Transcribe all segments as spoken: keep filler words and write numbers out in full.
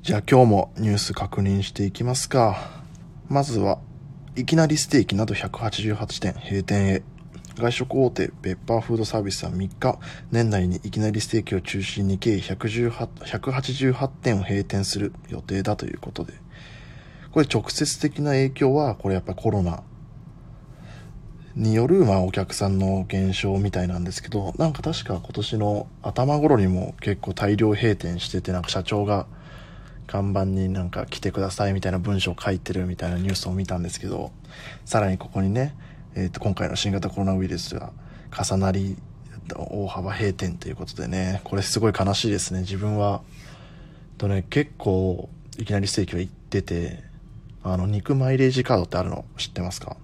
じゃあ今日もニュース確認していきますか。まずはいきなりステーキなどひゃくはちじゅうはちてん閉店へ。外食大手ペッパーフードサービスはみっか、年内にいきなりステーキを中心に計ひゃくはちじゅうはちてんを閉店する予定だということで、これ直接的な影響はこれやっぱコロナによるまあお客さんの減少みたいなんですけど、なんか確か今年の頭頃にも結構大量閉店してて、なんか社長が看板になんか来てくださいみたいな文章を書いてるみたいなニュースを見たんですけど、さらにここにね、えー、と今回の新型コロナウイルスが重なり大幅閉店ということでね、これすごい悲しいですね。自分はとね結構いきなりステーキは行ってて、あの肉マイレージカードってあるの知ってますか？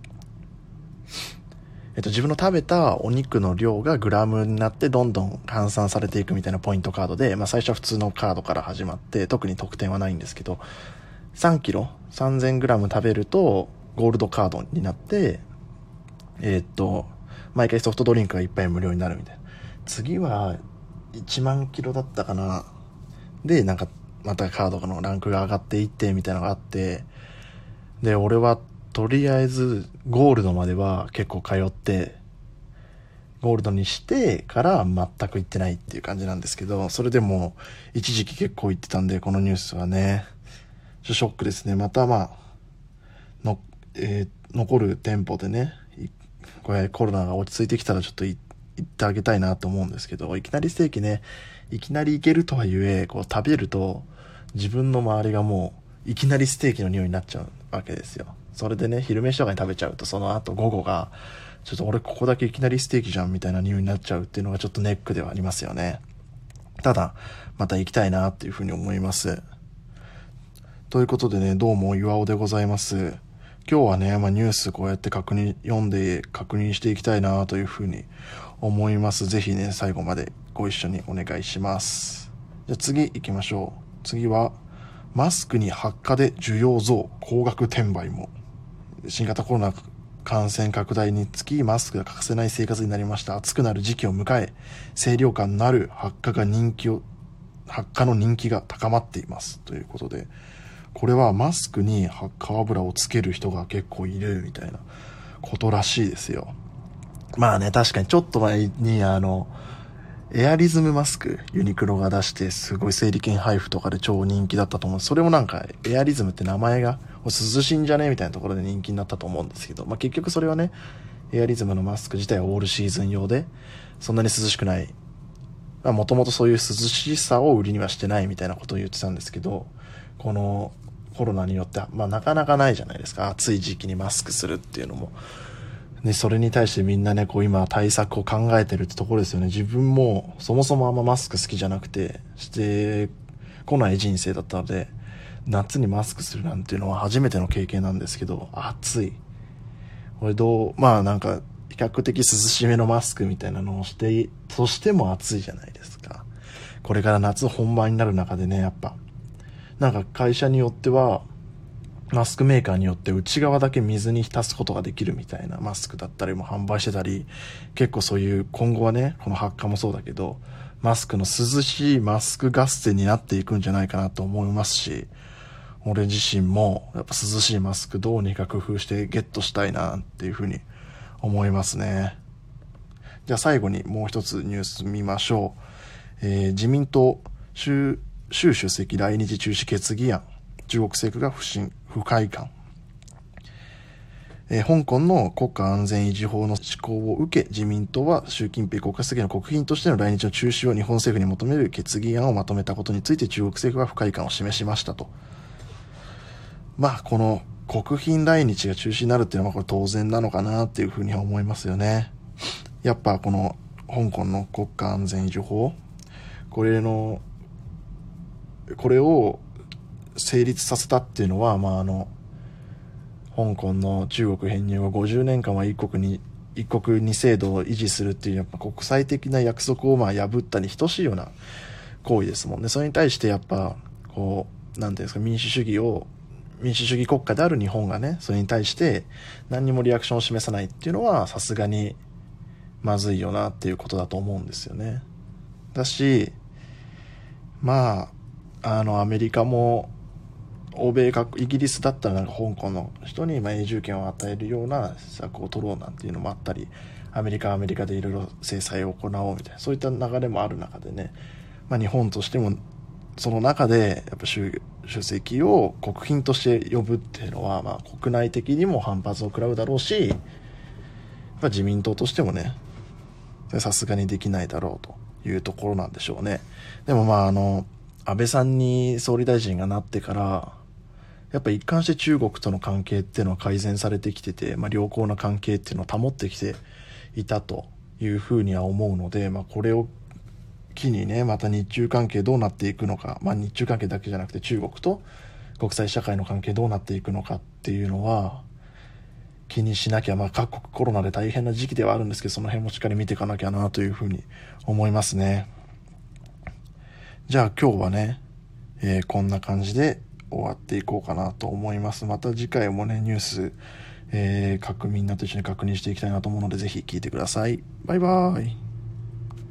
えっと、自分の食べたお肉の量がグラムになってどんどん換算されていくみたいなポイントカードで、まあ最初は普通のカードから始まって特に得点はないんですけど、さんキロさんぜんグラム食べるとゴールドカードになって、えー、っと毎回ソフトドリンクがいっぱい無料になるみたいな。次はいちまんキロだったかな。でなんかまたカードのランクが上がっていってみたいなのがあって、で俺はとりあえずゴールドまでは結構通ってゴールドにしてから全く行ってないっていう感じなんですけど、それでも一時期結構行ってたんで、このニュースはねショックですね。またまあの、えー、残る店舗でね、これコロナが落ち着いてきたらちょっと行ってあげたいなと思うんですけど、いきなりステーキね、いきなり行けるとはいえこう食べると自分の周りがもういきなりステーキの匂いになっちゃうわけですよ。それでね昼飯とかに食べちゃうと、その後午後がちょっと俺ここだけいきなりステーキじゃんみたいな匂いになっちゃうっていうのがちょっとネックではありますよね。ただまた行きたいなっていうふうに思います。ということでね、どうも岩尾でございます。今日はね、まあ、ニュースこうやって確認読んで確認していきたいなというふうに思います。ぜひね最後までご一緒にお願いします。じゃあ次行きましょう。次はマスクに発火で需要増、高額転売も。新型コロナ感染拡大につきマスクが欠かせない生活になりました。暑くなる時期を迎え、清涼感のある発火が人気を発火の人気が高まっていますということで、これはマスクに発火油をつける人が結構いるみたいなことらしいですよ。まあね、確かにちょっと前にあのエアリズムマスクユニクロが出してすごい整理券配布とかで超人気だったと思う。それもなんかエアリズムって名前が涼しいんじゃねみたいなところで人気になったと思うんですけど、まあ結局それはね、エアリズムのマスク自体はオールシーズン用でそんなに涼しくない、まあもともとそういう涼しさを売りにはしてないみたいなことを言ってたんですけど、このコロナによってまあなかなかないじゃないですか、暑い時期にマスクするっていうのもね。それに対してみんなねこう今対策を考えてるってところですよね。自分もそもそもあんまマスク好きじゃなくてしてこない人生だったので、夏にマスクするなんていうのは初めての経験なんですけど、暑い、これどうまあなんか比較的涼しめのマスクみたいなのをしてとしても暑いじゃないですか。これから夏本番になる中でね、やっぱなんか会社によってはマスクメーカーによって内側だけ水に浸すことができるみたいなマスクだったりも販売してたり、結構そういう今後はねこの発火もそうだけどマスクの涼しいマスク合戦になっていくんじゃないかなと思いますし、俺自身もやっぱ涼しいマスクどうにか工夫してゲットしたいなっていうふうに思いますね。じゃあ最後にもう一つニュース見ましょう。えー、自民党習習主席来日中止決議案、中国政府が不信不快感。えー、香港の国家安全維持法の施行を受け、自民党は習近平国家主席の国賓としての来日の中止を日本政府に求める決議案をまとめたことについて中国政府は不快感を示しましたと。まあこの国賓来日が中止になるっていうのはこれ当然なのかなっていうふうに思いますよね。やっぱこの香港の国家安全維持法、これのこれを成立させたっていうのは、まああの香港の中国編入後ごじゅうねんかんは一国に一国二制度を維持するっていうやっぱ国際的な約束をまあ破ったに等しいような行為ですもんね。それに対してやっぱこうなんていうんですか、民主主義を民主主義国家である日本がねそれに対して何にもリアクションを示さないっていうのはさすがにまずいよなっていうことだと思うんですよね。だしまああのアメリカも欧米各イギリスだったらなんか香港の人にまあ永住権を与えるような施策を取ろうなんていうのもあったり、アメリカはアメリカでいろいろ制裁を行おうみたいな、そういった流れもある中でね、まあ、日本としてもその中でやっぱ習主席を国賓として呼ぶっていうのは、まあ国内的にも反発を食らうだろうし、やっぱ自民党としてもねさすがにできないだろうというところなんでしょうね。でもまああの安倍さんに総理大臣がなってからやっぱ一貫して中国との関係っていうのは改善されてきてて、まあ、良好な関係っていうのを保ってきていたというふうには思うので、まあ、これを機にねまた日中関係どうなっていくのか、まあ、日中関係だけじゃなくて中国と国際社会の関係どうなっていくのかっていうのは気にしなきゃ、まあ各国コロナで大変な時期ではあるんですけど、その辺もしっかり見ていかなきゃなというふうに思いますね。じゃあ今日はね、えー、こんな感じで終わっていこうかなと思います。また次回もねニュース、えー、各みんなと一緒に確認していきたいなと思うのでぜひ聞いてください。バイバーイ。